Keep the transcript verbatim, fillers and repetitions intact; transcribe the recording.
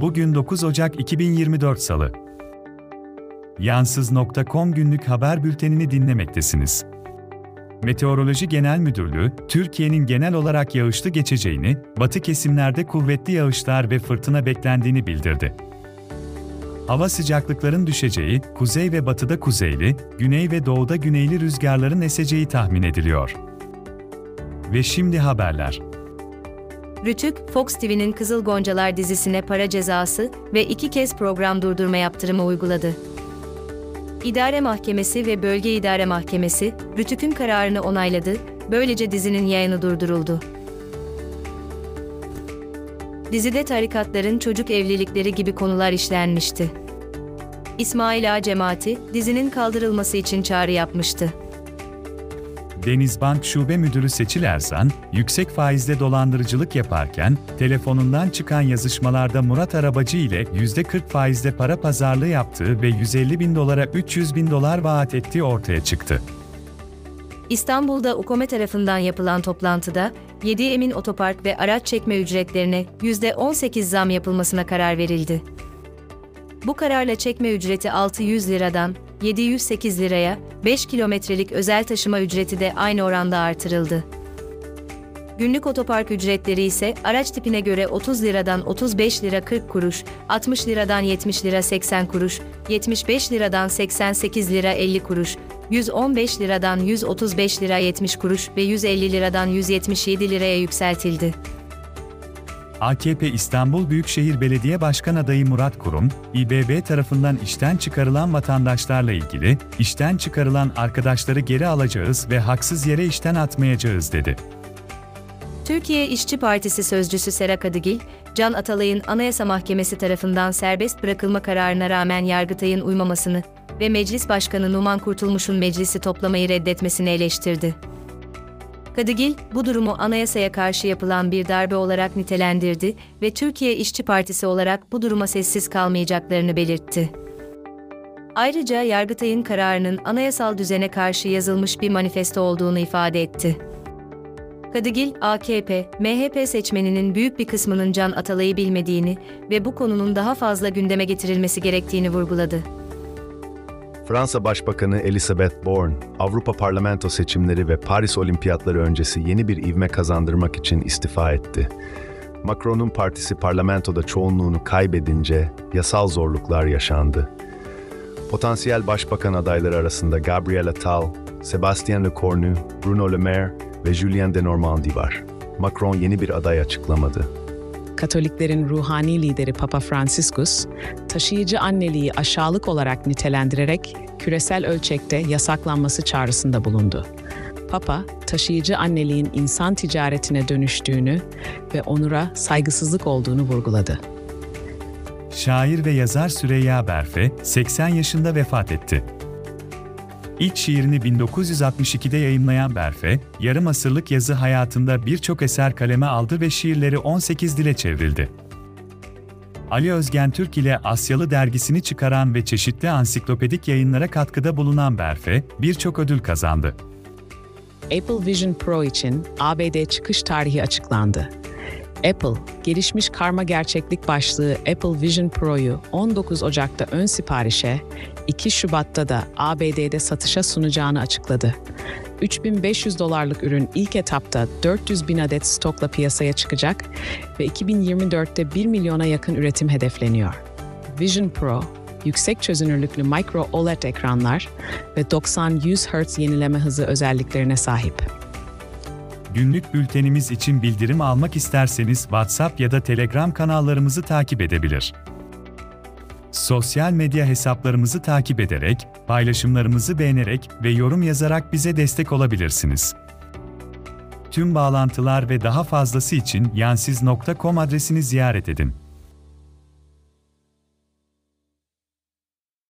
Bugün dokuz Ocak iki bin yirmi dört Salı. Yansız nokta com günlük haber bültenini dinlemektesiniz. Meteoroloji Genel Müdürlüğü, Türkiye'nin genel olarak yağışlı geçeceğini, batı kesimlerde kuvvetli yağışlar ve fırtına beklendiğini bildirdi. Hava sıcaklıkların düşeceği, kuzey ve batıda kuzeyli, güney ve doğuda güneyli rüzgarların eseceği tahmin ediliyor. Ve şimdi haberler. Rütük, Fox T V'nin Kızıl Goncalar dizisine para cezası ve iki kez program durdurma yaptırımı uyguladı. İdare Mahkemesi ve Bölge İdare Mahkemesi, Rütük'ün kararını onayladı, böylece dizinin yayını durduruldu. Dizide tarikatların çocuk evlilikleri gibi konular işlenmişti. İsmail Ağa cemaati, dizinin kaldırılması için çağrı yapmıştı. Denizbank Şube Müdürü Seçil Erzan, yüksek faizle dolandırıcılık yaparken, telefonundan çıkan yazışmalarda Murat Arabacı ile yüzde kırk faizle para pazarlığı yaptığı ve yüz elli bin dolara üç yüz bin dolar vaat ettiği ortaya çıktı. İstanbul'da UKOME tarafından yapılan toplantıda, yedi Emin Otopark ve araç çekme ücretlerine yüzde on sekiz zam yapılmasına karar verildi. Bu kararla çekme ücreti altı yüz liradan yedi yüz sekiz liraya, beş kilometrelik özel taşıma ücreti de aynı oranda artırıldı. Günlük otopark ücretleri ise araç tipine göre otuz liradan otuz beş lira kırk kuruş, altmış liradan yetmiş lira seksen kuruş, yetmiş beş liradan seksen sekiz lira elli kuruş, yüz on beş liradan yüz otuz beş lira yetmiş kuruş ve yüz elli liradan yüz yetmiş yedi liraya yükseltildi. A K P İstanbul Büyükşehir Belediye Başkan Adayı Murat Kurum, İ B B tarafından işten çıkarılan vatandaşlarla ilgili, işten çıkarılan arkadaşları geri alacağız ve haksız yere işten atmayacağız dedi. Türkiye İşçi Partisi Sözcüsü Sera Kadıgil, Can Atalay'ın Anayasa Mahkemesi tarafından serbest bırakılma kararına rağmen Yargıtay'ın uymamasını ve Meclis Başkanı Numan Kurtulmuş'un meclisi toplamayı reddetmesini eleştirdi. Kadıgil, bu durumu anayasaya karşı yapılan bir darbe olarak nitelendirdi ve Türkiye İşçi Partisi olarak bu duruma sessiz kalmayacaklarını belirtti. Ayrıca Yargıtay'ın kararının anayasal düzene karşı yazılmış bir manifesto olduğunu ifade etti. Kadıgil, A K P, M H P seçmeninin büyük bir kısmının Can Atalay'ı bilmediğini ve bu konunun daha fazla gündeme getirilmesi gerektiğini vurguladı. Fransa Başbakanı Elisabeth Borne, Avrupa Parlamento seçimleri ve Paris Olimpiyatları öncesi yeni bir ivme kazandırmak için istifa etti. Macron'un partisi parlamentoda çoğunluğunu kaybedince yasal zorluklar yaşandı. Potansiyel başbakan adayları arasında Gabriel Attal, Sébastien Lecornu, Bruno Le Maire ve Julien Denormandie var. Macron yeni bir aday açıklamadı. Katoliklerin ruhani lideri Papa Franciscus, taşıyıcı anneliği aşağılık olarak nitelendirerek küresel ölçekte yasaklanması çağrısında bulundu. Papa, taşıyıcı anneliğin insan ticaretine dönüştüğünü ve onura saygısızlık olduğunu vurguladı. Şair ve yazar Süreyya Berfe, seksen yaşında vefat etti. İlk şiirini bin dokuz yüz altmış ikide yayımlayan Berfe, yarım asırlık yazı hayatında birçok eser kaleme aldı ve şiirleri on sekiz dile çevrildi. Ali Özgen Türk ile Asyalı dergisini çıkaran ve çeşitli ansiklopedik yayınlara katkıda bulunan Berfe, birçok ödül kazandı. Apple Vision Pro için A B D çıkış tarihi açıklandı. Apple, gelişmiş karma gerçeklik başlığı Apple Vision Pro'yu on dokuz Ocak'ta ön siparişe, iki Şubat'ta da A B D'de satışa sunacağını açıkladı. üç bin beş yüz dolarlık ürün ilk etapta dört yüz bin adet stokla piyasaya çıkacak ve iki bin yirmi dörtte bir milyona yakın üretim hedefleniyor. Vision Pro, yüksek çözünürlüklü Micro O L E D ekranlar ve doksan yüz hertz yenileme hızı özelliklerine sahip. Günlük bültenimiz için bildirim almak isterseniz WhatsApp ya da Telegram kanallarımızı takip edebilir. Sosyal medya hesaplarımızı takip ederek, paylaşımlarımızı beğenerek ve yorum yazarak bize destek olabilirsiniz. Tüm bağlantılar ve daha fazlası için yansiz nokta com adresini ziyaret edin.